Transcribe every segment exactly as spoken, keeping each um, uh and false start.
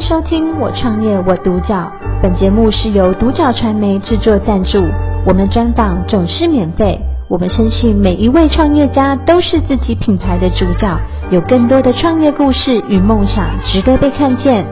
收听我创业我独角，本节目是由独角传媒制作赞助，我们专访总是免费，我们深信每一位创业家都是自己品牌的主角，有更多的创业故事与梦想值得被看见。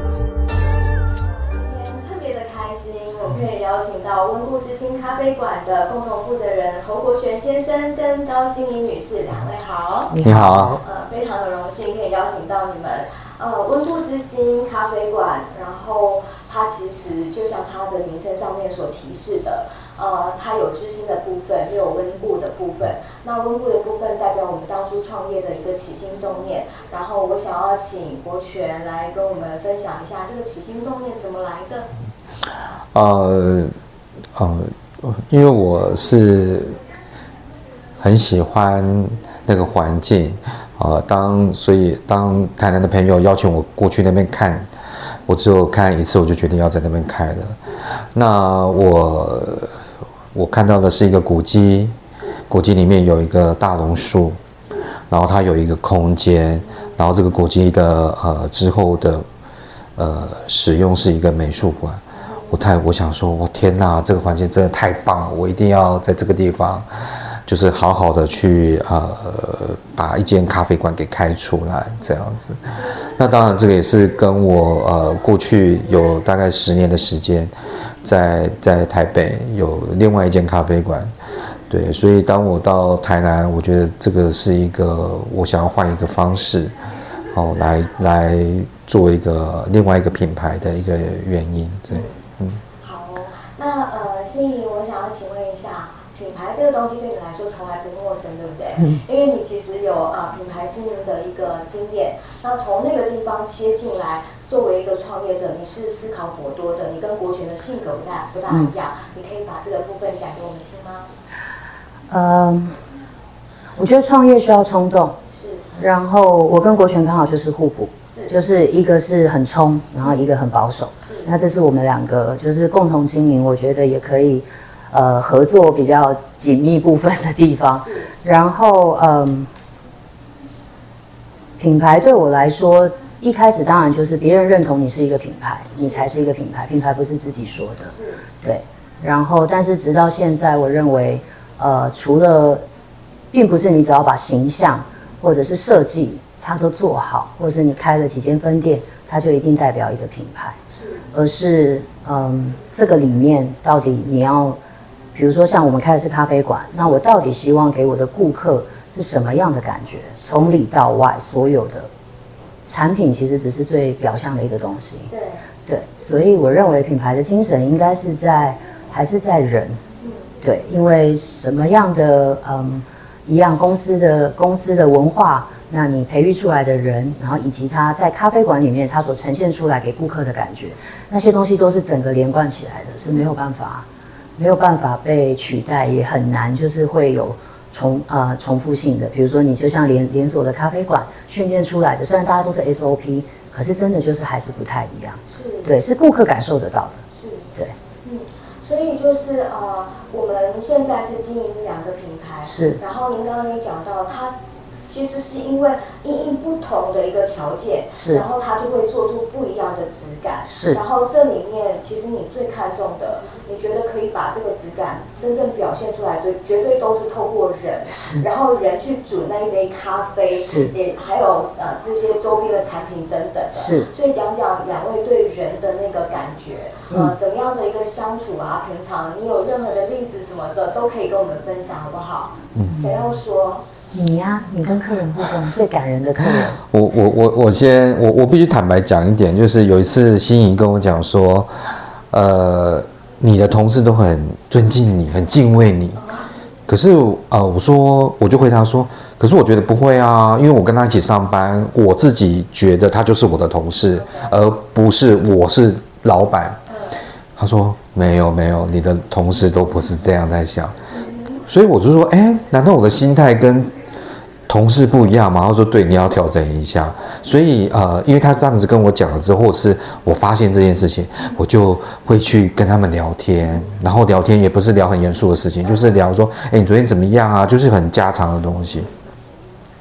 特别的开心，我们可以邀请到温故知新咖啡馆的共同负责人侯国权先生跟高欣怡女士，两位好。 你好。 呃，非常的荣幸可以邀请到你们。呃，温故知新咖啡馆，然后它其实就像它的名称上面所提示的，呃，它有知新的部分，也有温故的部分。那温故的部分代表我们当初创业的一个起心动念。然后我想要请国权来跟我们分享一下这个起心动念怎么来的。 呃，呃，因为我是很喜欢那个环境。呃，当所以当台南的朋友邀请我过去那边看，我只有看一次，我就决定要在那边开了。那我我看到的是一个古迹，古迹里面有一个大榕树，然后它有一个空间，然后这个古迹的呃之后的呃使用是一个美术馆。我太我想说，我天哪，这个环境真的太棒了，我一定要在这个地方。就是好好的去呃把一间咖啡馆给开出来这样子。那当然这个也是跟我呃过去有大概十年的时间在在台北有另外一间咖啡馆。对，所以当我到台南，我觉得这个是一个我想要换一个方式哦来来做一个另外一个品牌的一个原因。对，嗯。 好，那呃欣怡，我想要请问一下，品牌这个东西对你来说从来不陌生，对不对？嗯。因为你其实有呃品牌经营的一个经验，那从那个地方切进来，作为一个创业者，你是思考颇多的，你跟国权的性格不大不大一样，嗯、你可以把这个部分讲给我们听吗？ 嗯，我觉得创业需要冲动， 是。然后我跟国权刚好就是互补，是，就是一个是很冲，然后一个很保守，是。那这是我们两个就是共同经营，我觉得也可以。呃，合作比较紧密部分的地方，然后嗯，品牌对我来说，一开始当然就是别人认同你是一个品牌，你才是一个品牌，品牌不是自己说的，对。然后，但是直到现在，我认为，呃，除了，并不是你只要把形象或者是设计它都做好，或者是你开了几间分店，它就一定代表一个品牌，而是嗯，这个里面到底你要。比如说像我们开的是咖啡馆，那我到底希望给我的顾客是什么样的感觉？从里到外，所有的产品其实只是最表象的一个东西。 对对，所以我认为品牌的精神应该是在还是在人。对，因为什么样的嗯一样公司的公司的文化，那你培育出来的人，然后以及他在咖啡馆里面他所呈现出来给顾客的感觉，那些东西都是整个连贯起来的，是没有办法。没有办法被取代，也很难，就是会有重呃重复性的。比如说，你就像连连锁的咖啡馆训练出来的，虽然大家都是 S O P， 可是真的就是还是不太一样。 是， 对，是顾客感受得到的。 是， 对， 嗯，所以就是呃，我们现在是经营两个品牌， 是。 然后您刚刚也讲到，它其实是因为因应不同的一个条件， 是， 然后它就会做出不一样的质感， 是。 然后这里面其实你最看重的，你觉得可以把这个质感真正表现出来的，绝对都是透过人， 是。 然后人去煮那一杯咖啡， 是。 也还有呃这些周边的产品等等的， 是。 所以讲讲两位对人的那个感觉，呃，嗯、怎么样的一个相处啊？平常你有任何的例子什么的，都可以跟我们分享，好不好？嗯。谁要说？ 你呀、啊，你跟客人互动最感人的客人。 我我我我先我我必须坦白讲一点，就是有一次欣怡跟我讲说，呃，你的同事都很尊敬你，很敬畏你。可是呃，我说我就回答说，可是我觉得不会啊，因为我跟他一起上班，我自己觉得他就是我的同事，而不是我是老板。他说没有没有，你的同事都不是这样在想。所以我就说，哎，难道我的心态跟同事不一样吗？他说对，你要调整一下。所以呃，因为他这样子跟我讲了之后，是我发现这件事情，我就会去跟他们聊天，然后聊天也不是聊很严肃的事情，就是聊说，哎，你昨天怎么样啊？就是很家常的东西。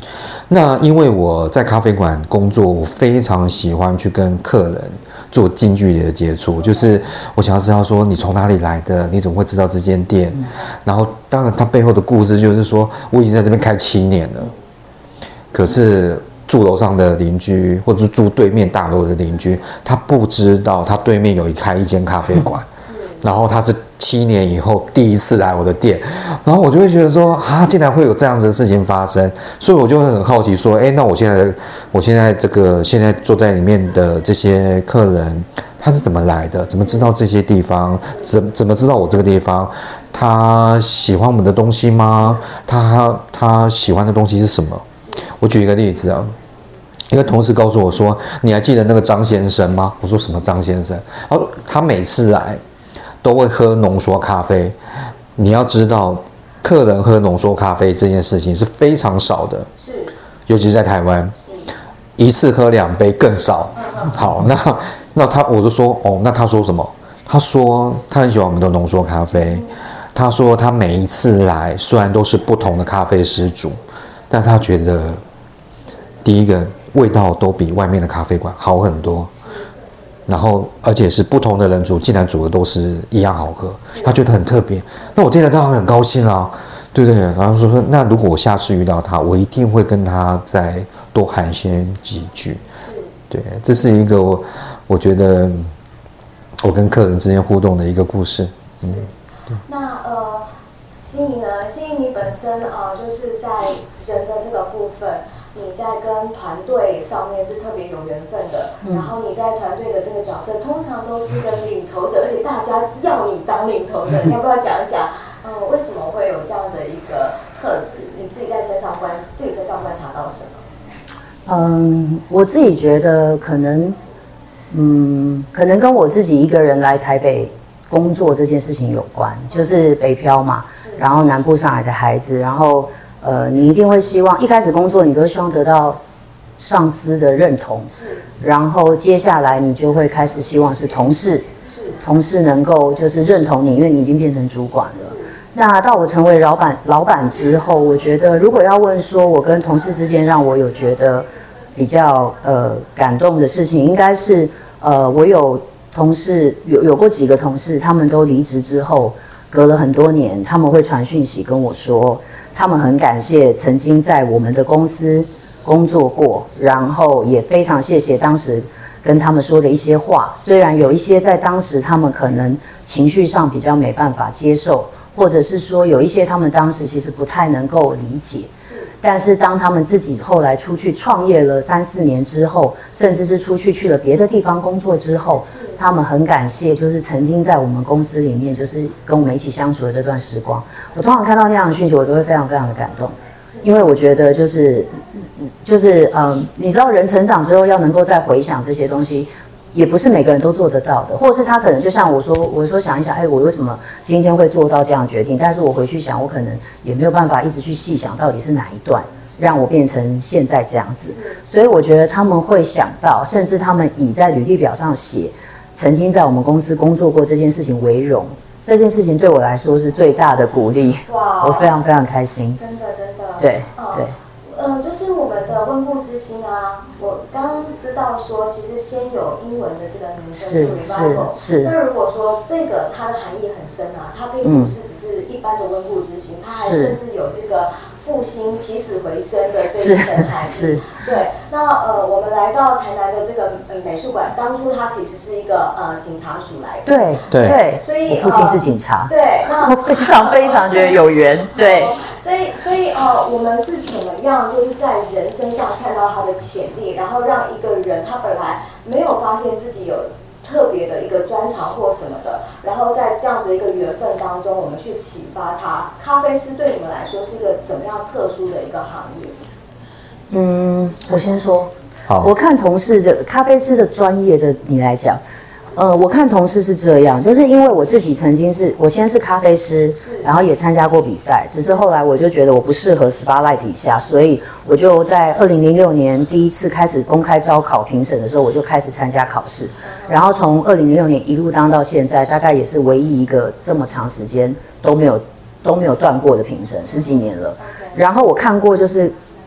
那因为我在咖啡馆工作，我非常喜欢去跟客人做近距离的接触，就是我想要知道说你从哪里来的，你怎么会知道这间店？嗯、然后当然它背后的故事就是说，我已经在这边开七年了，可是住楼上的邻居或者是住对面大楼的邻居，他不知道他对面有一开一间咖啡馆，然后他是七年以后第一次来我的店，然后我就会觉得说啊，竟然会有这样子的事情发生，所以我就会很好奇说，哎，那我现在我现在这个现在坐在里面的这些客人，他是怎么来的？怎么知道这些地方？怎怎么知道我这个地方？他喜欢我们的东西吗？他他喜欢的东西是什么？我举一个例子啊，一个同事告诉我说，你还记得那个张先生吗？我说什么张先生？他说他每次来都会喝浓缩咖啡。你要知道，客人喝浓缩咖啡这件事情是非常少的，是，尤其是在台湾，一次喝两杯更少。好，那那他我就说哦，那他说什么？他说他很喜欢我们的浓缩咖啡。他说他每一次来，虽然都是不同的咖啡师煮，但他觉得第一个味道都比外面的咖啡馆好很多。然后，而且是不同的人煮，竟然煮的都是一样好喝，他觉得很特别。那我听了当然很高兴啊，对不对？然后说说，那如果我下次遇到他，我一定会跟他再多寒暄几句。对，这是一个我我觉得我跟客人之间互动的一个故事。嗯， 对。那呃，心怡呢？心怡你本身啊、呃，就是在人的这个部分。你在跟团队上面是特别有缘分的，嗯、然后你在团队的这个角色通常都是个领头者，而且大家要你当领头者，要不要讲一讲？嗯，为什么会有这样的一个特质？你自己在身上观自己身上观察到什么？ 嗯，我自己觉得可能，嗯，可能跟我自己一个人来台北工作这件事情有关，就是北漂嘛，然后南部上来的孩子，然后。呃，你一定会希望一开始工作，你都希望得到上司的认同，是，然后接下来你就会开始希望是同事，是，同事能够就是认同你，因为你已经变成主管了。那到我成为老板老板之后，我觉得如果要问说我跟同事之间让我有觉得比较呃感动的事情，应该是呃我有同事有有过几个同事，他们都离职之后，隔了很多年，他们会传讯息跟我说。他们很感谢曾经在我们的公司工作过，然后也非常谢谢当时跟他们说的一些话。虽然有一些在当时他们可能情绪上比较没办法接受，或者是说有一些他们当时其实不太能够理解，但是当他们自己后来出去创业了三四年之后，甚至是出去去了别的地方工作之后，他们很感谢就是曾经在我们公司里面就是跟我们一起相处的这段时光。我通常看到那样的讯息，我都会非常非常的感动，因为我觉得就是就是嗯，你知道人成长之后要能够再回想这些东西。也不是每个人都做得到的，或者是他可能就像我说，我说想一想，哎，我为什么今天会做到这样的决定？但是我回去想，我可能也没有办法一直去细想到底是哪一段让我变成现在这样子。所以我觉得他们会想到，甚至他们以在履历表上写曾经在我们公司工作过这件事情为荣，这件事情对我来说是最大的鼓励。哇，我非常非常开心。 真的真的。 对、哦、对。 嗯，就是我们的温故知新啊，我刚知道说，其实先有英文的这个名称是 revival， 是。那如果说这个它的含义很深啊，它并不是只是一般的温故知新，它还甚至有这个复兴、起死回生的这一层含义。是。对，那呃，我们来到台南的这个呃美术馆，当初它其实是一个呃警察署来的。 对对对。所以我父亲是警察。 对，那我非常非常觉得有缘。对。 所以，所以呃，我们是怎么样，就是在人身上看到他的潜力，然后让一个人他本来没有发现自己有特别的一个专长或什么的，然后在这样的一个缘分当中，我们去启发他。咖啡师对你们来说是一个怎么样特殊的一个行业？ 嗯，我先说。 好。 我看同事的咖啡师的专业的你来讲。呃，我看同事是这样，就是因为我自己曾经是，我先是咖啡师，然后也参加过比赛，只是后来我就觉得我不适合 spotlight 底下，所以我就在二零零六年第一次开始公开招考评审的时候，我就开始参加考试，然后从二零零六年一路当到现在，大概也是唯一一个这么长时间都没有都没有断过的评审，十几年了。然后我看过就是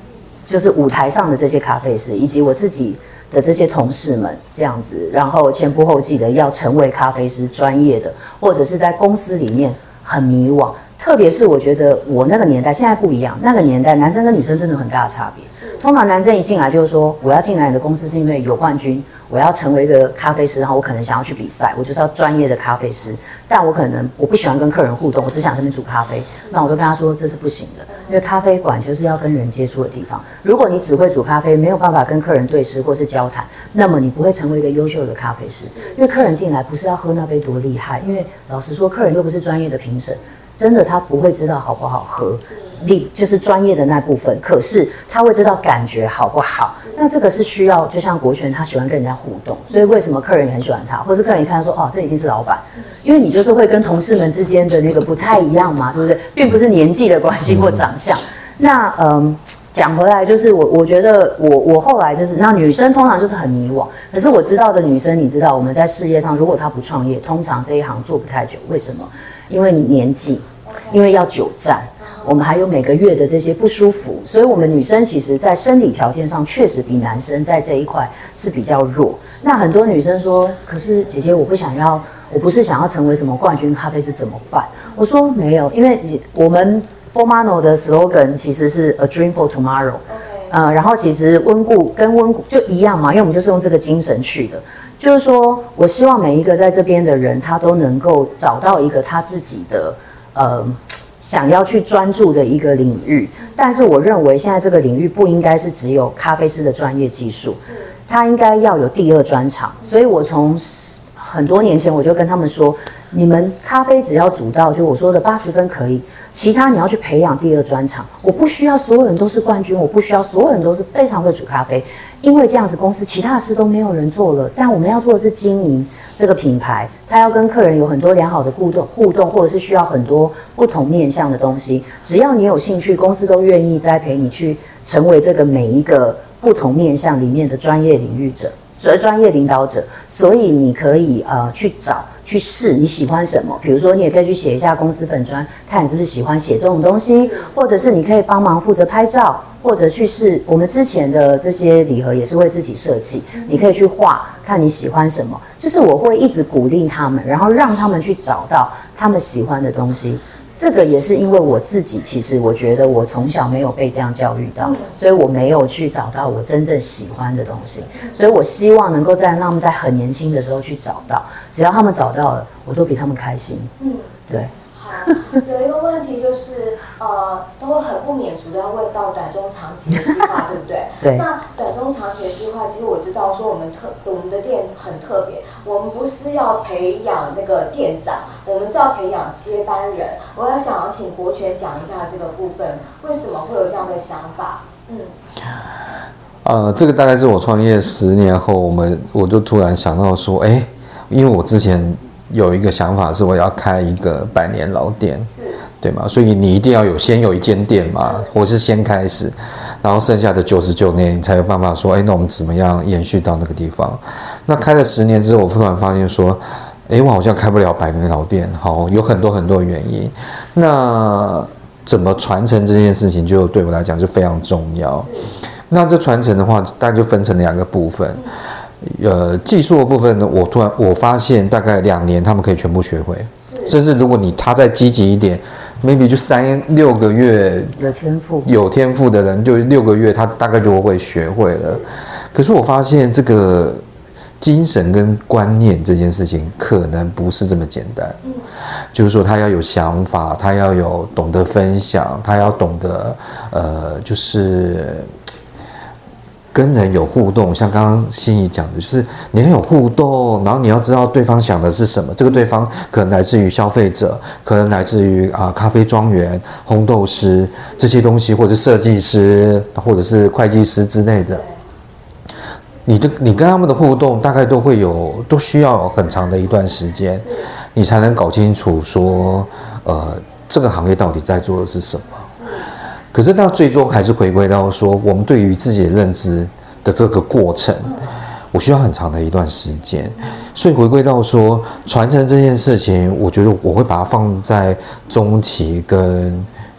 就是舞台上的这些咖啡师，以及我自己的这些同事们这样子，然后前仆后继的要成为咖啡师专业的，或者是在公司里面很迷惘。特别是我觉得我那个年代，现在不一样，那个年代男生跟女生真的很大的差别。通常男生一进来就是说，我要进来你的公司是因为有冠军，我要成为一个咖啡师，然后我可能想要去比赛，我就是要专业的咖啡师。但我可能我不喜欢跟客人互动，我只想这边煮咖啡。那我就跟他说这是不行的，因为咖啡馆就是要跟人接触的地方。如果你只会煮咖啡，没有办法跟客人对视或是交谈，那么你不会成为一个优秀的咖啡师。因为客人进来不是要喝那杯多厉害，因为老实说，客人又不是专业的评审。真的他不会知道好不好喝，力就是专业的那部分，可是他会知道感觉好不好。那这个是需要，就像国权他喜欢跟人家互动，所以为什么客人也很喜欢他，或是客人一看说哦这一定是老板，因为你就是会跟同事们之间的那个不太一样嘛，对不对？并不是年纪的关系或长相。那嗯，讲回来就是我我觉得我我后来就是那女生通常就是很迷惘，可是我知道的女生，你知道我们在事业上如果她不创业，通常这一行做不太久，为什么？因为你年纪，因为要久站，我们还有每个月的这些不舒服，所以我们女生其实在生理条件上确实比男生在这一块是比较弱。那很多女生说，可是姐姐我不想要，我不是想要成为什么冠军咖啡师怎么办？我说没有，因为你我们 Formano 的 slogan 其实是 A Dream for Tomorrow。呃，然后其实温故跟温故就一样嘛，因为我们就是用这个精神去的，就是说我希望每一个在这边的人，他都能够找到一个他自己的呃想要去专注的一个领域。但是我认为现在这个领域不应该是只有咖啡师的专业技术，他应该要有第二专长。所以我从很多年前我就跟他们说，你们咖啡只要煮到就我说的八十分可以，其他你要去培养第二专长。我不需要所有人都是冠军，我不需要所有人都是非常会煮咖啡，因为这样子公司其他的事都没有人做了。但我们要做的是经营这个品牌，它要跟客人有很多良好的互动互动，或者是需要很多不同面向的东西。只要你有兴趣，公司都愿意栽培你去成为这个每一个不同面向里面的专业领域者。专业领导者，所以你可以呃去找去试你喜欢什么，比如说你也可以去写一下公司粉专，看你是不是喜欢写这种东西，或者是你可以帮忙负责拍照，或者去试我们之前的这些礼盒也是会自己设计，你可以去画，看你喜欢什么，就是我会一直鼓励他们，然后让他们去找到他们喜欢的东西。这个也是因为我自己，其实我觉得我从小没有被这样教育到，所以我没有去找到我真正喜欢的东西，所以我希望能够在让他们在很年轻的时候去找到，只要他们找到了，我都比他们开心。嗯，对。 好，有一个问题就是，呃，都会很不免俗的要问到短中长期的计划，对不对？ 对。 那短中长期的计划，其实我知道说我们特我们的店很特别，我们不是要培养那个店长，我们是要培养接班人。我要想要请国权讲一下这个部分，为什么会有这样的想法？嗯。 呃，这个大概是我创业十年后，我们我就突然想到说，哎，因为我之前有一个想法是我要开一个百年老店，对吗？所以你一定要有先有一间店嘛，或是先开始，然后剩下的九十九年你才有办法说，哎，那我们怎么样延续到那个地方？那开了十年之后，我突然发现说，哎，我好像开不了百年老店，好，有很多很多原因。那怎么传承这件事情，就对我来讲就非常重要。那这传承的话，大概就分成两个部分。呃，技术的部分呢，我突然我发现大概两年他们可以全部学会，甚至如果你他再积极一点 ，maybe 就三六个月， 有天赋有天赋的人就六个月他大概就会学会了。可是我发现这个精神跟观念这件事情可能不是这么简单，嗯，就是说他要有想法，他要有懂得分享，他要懂得呃就是跟人有互动，像刚刚心怡讲的，就是你要有互动，然后你要知道对方想的是什么。这个对方可能来自于消费者，可能来自于啊咖啡庄园、烘豆师这些东西，或者设计师，或者是会计师之类的。你的你跟他们的互动大概都会有，都需要很长的一段时间，你才能搞清楚说，呃，这个行业到底在做的是什么。可是到最终还是回归到说，我们对于自己的认知的这个过程，我需要很长的一段时间。所以回归到说，传承这件事情，我觉得我会把它放在中期跟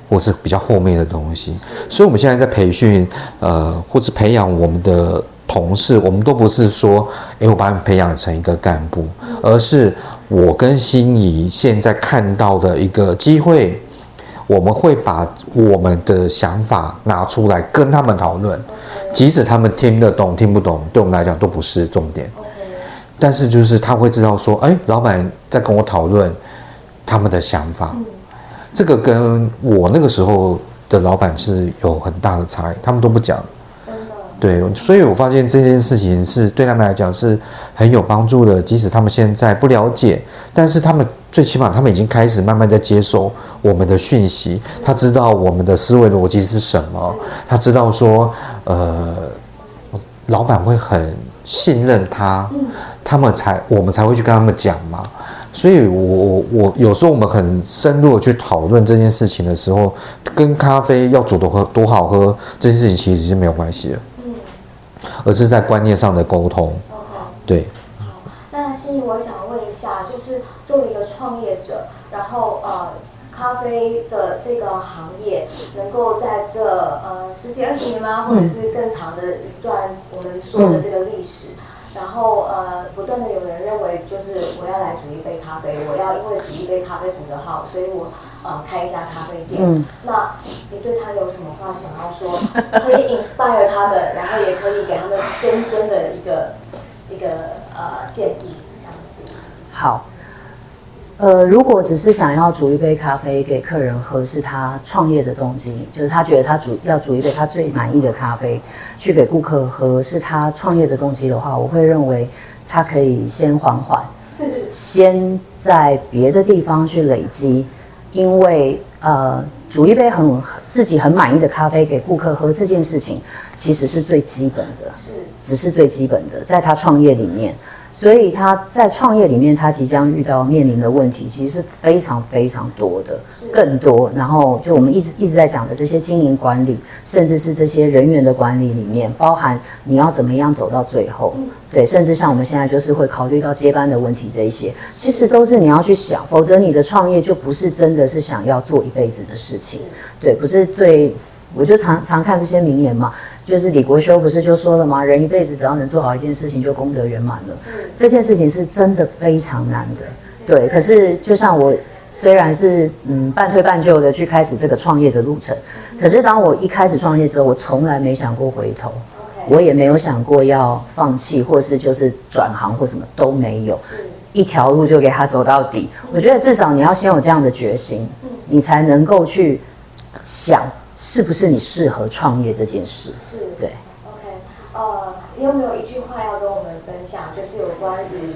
或是比较后面的东西。所以我们现在在培训，呃，或是培养我们的同事，我们都不是说，哎，我把你培养成一个干部，而是我跟心怡现在看到的一个机会，我们会把我们的想法拿出来跟他们讨论，即使他们听得懂听不懂，对我们来讲都不是重点。但是就是他会知道说，哎，老板在跟我讨论他们的想法，这个跟我那个时候的老板是有很大的差异，他们都不讲。对，所以我发现这件事情是对他们来讲是很有帮助的，即使他们现在不了解，但是他们最起码他们已经开始慢慢在接受我们的讯息，他知道我们的思维逻辑是什么，他知道说，呃，老板会很信任他，他们才我们才会去跟他们讲嘛。所以我我有时候我们很深入的去讨论这件事情的时候，跟咖啡要煮多喝多好喝这件事情其实是没有关系的，嗯，而是在观念上的沟通。 OK， 对。 好，那心怡，我想问一下，就是作为一个创业者，然后呃，咖啡的这个行业能够在这呃十几二十年吗，或者是更长的一段我们说的这个历史？嗯，然后呃，不断的有人认为，就是我要来煮一杯咖啡，我要因为煮一杯咖啡煮得好，所以我呃开一家咖啡店。嗯，那你对他有什么话想要说？可以 inspire 他们，然后也可以给他们真真的一个一个呃建议，这样子。 好。呃，如果只是想要煮一杯咖啡给客人喝，是他创业的动机，就是他觉得他煮要煮一杯他最满意的咖啡去给顾客喝，是他创业的动机的话，我会认为他可以先缓缓，是先在别的地方去累积，因为呃，煮一杯很自己很满意的咖啡给顾客喝这件事情，其实是最基本的，是只是最基本的，在他创业里面。所以他在创业里面，他即将遇到面临的问题，其实是非常非常多的，更多。然后就我们一直一直在讲的这些经营管理，甚至是这些人员的管理里面，包含你要怎么样走到最后，对，甚至像我们现在就是会考虑到接班的问题，这一些其实都是你要去想，否则你的创业就不是真的是想要做一辈子的事情，对，不是最。我就常常看这些名言嘛，就是李国修不是就说了吗？人一辈子只要能做好一件事情，就功德圆满了。这件事情是真的非常难的，对。可是就像我虽然是嗯半推半就的去开始这个创业的路程，可是当我一开始创业之后，我从来没想过回头，我也没有想过要放弃，或是就是转行或什么都没有，一条路就给他走到底。我觉得至少你要先有这样的决心，你才能够去想。是不是你适合创业这件事？ 是， 对。 OK， 呃，你有没有一句话要跟我们分享？就是有关于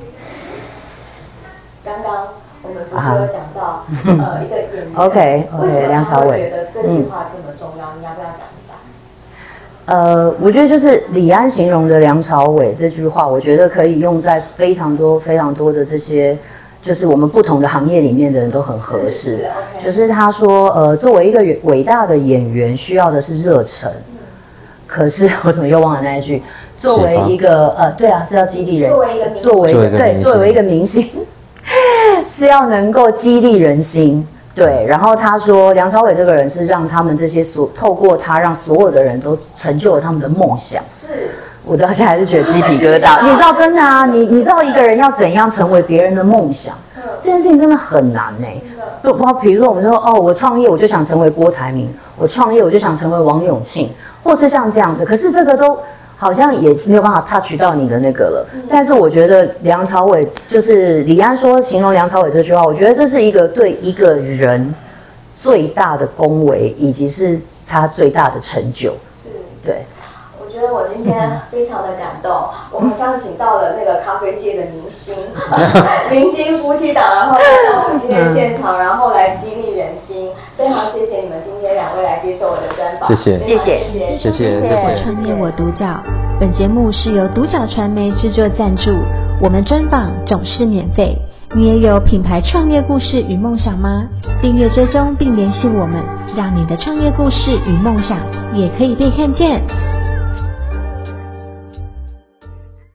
刚刚我们不是有讲到、uh-huh. 呃一个演员 ，OK OK， 为什么梁朝伟觉得这句话这么重要？嗯、你要不要讲一下？ 呃，我觉得就是李安形容的梁朝伟这句话，我觉得可以用在非常多非常多的这些。就是我们不同的行业里面的人都很合适。是是 okay. 就是他说，呃，作为一个伟大的演员，需要的是热忱。嗯、可是我怎么又忘了那一句？作为一个呃，对啊，是要激励人。 作为一个作为对，作为一个明星，是要能够激励人心。对，然后他说，梁朝伟这个人是让他们这些所透过他，让所有的人都成就了他们的梦想。是。我到现在还是觉得鸡皮疙瘩，你知道真的啊，你你知道一个人要怎样成为别人的梦想，这件事情真的很难哎、欸。就包括比如说我们说哦，我创业我就想成为郭台铭，我创业我就想成为王永庆，或是像这样的，可是这个都好像也没有办法 touch 到你的那个了。但是我觉得梁朝伟就是李安说形容梁朝伟这句话，我觉得这是一个对一个人最大的恭维，以及是他最大的成就。是，对。 我觉得我今天非常的感动，我好像请到了那个咖啡界的明星，明星夫妻档，然后来到我们今天的现场，然后来激励人心。非常谢谢你们今天两位来接受我的专访， 谢谢， 谢谢， 谢谢，谢谢。 我创业我独角，本节目是由独角传媒制作赞助，我们专访总是免费。你也有品牌创业故事与梦想吗？订阅追踪并联系我们，让你的创业故事与梦想也可以被看见。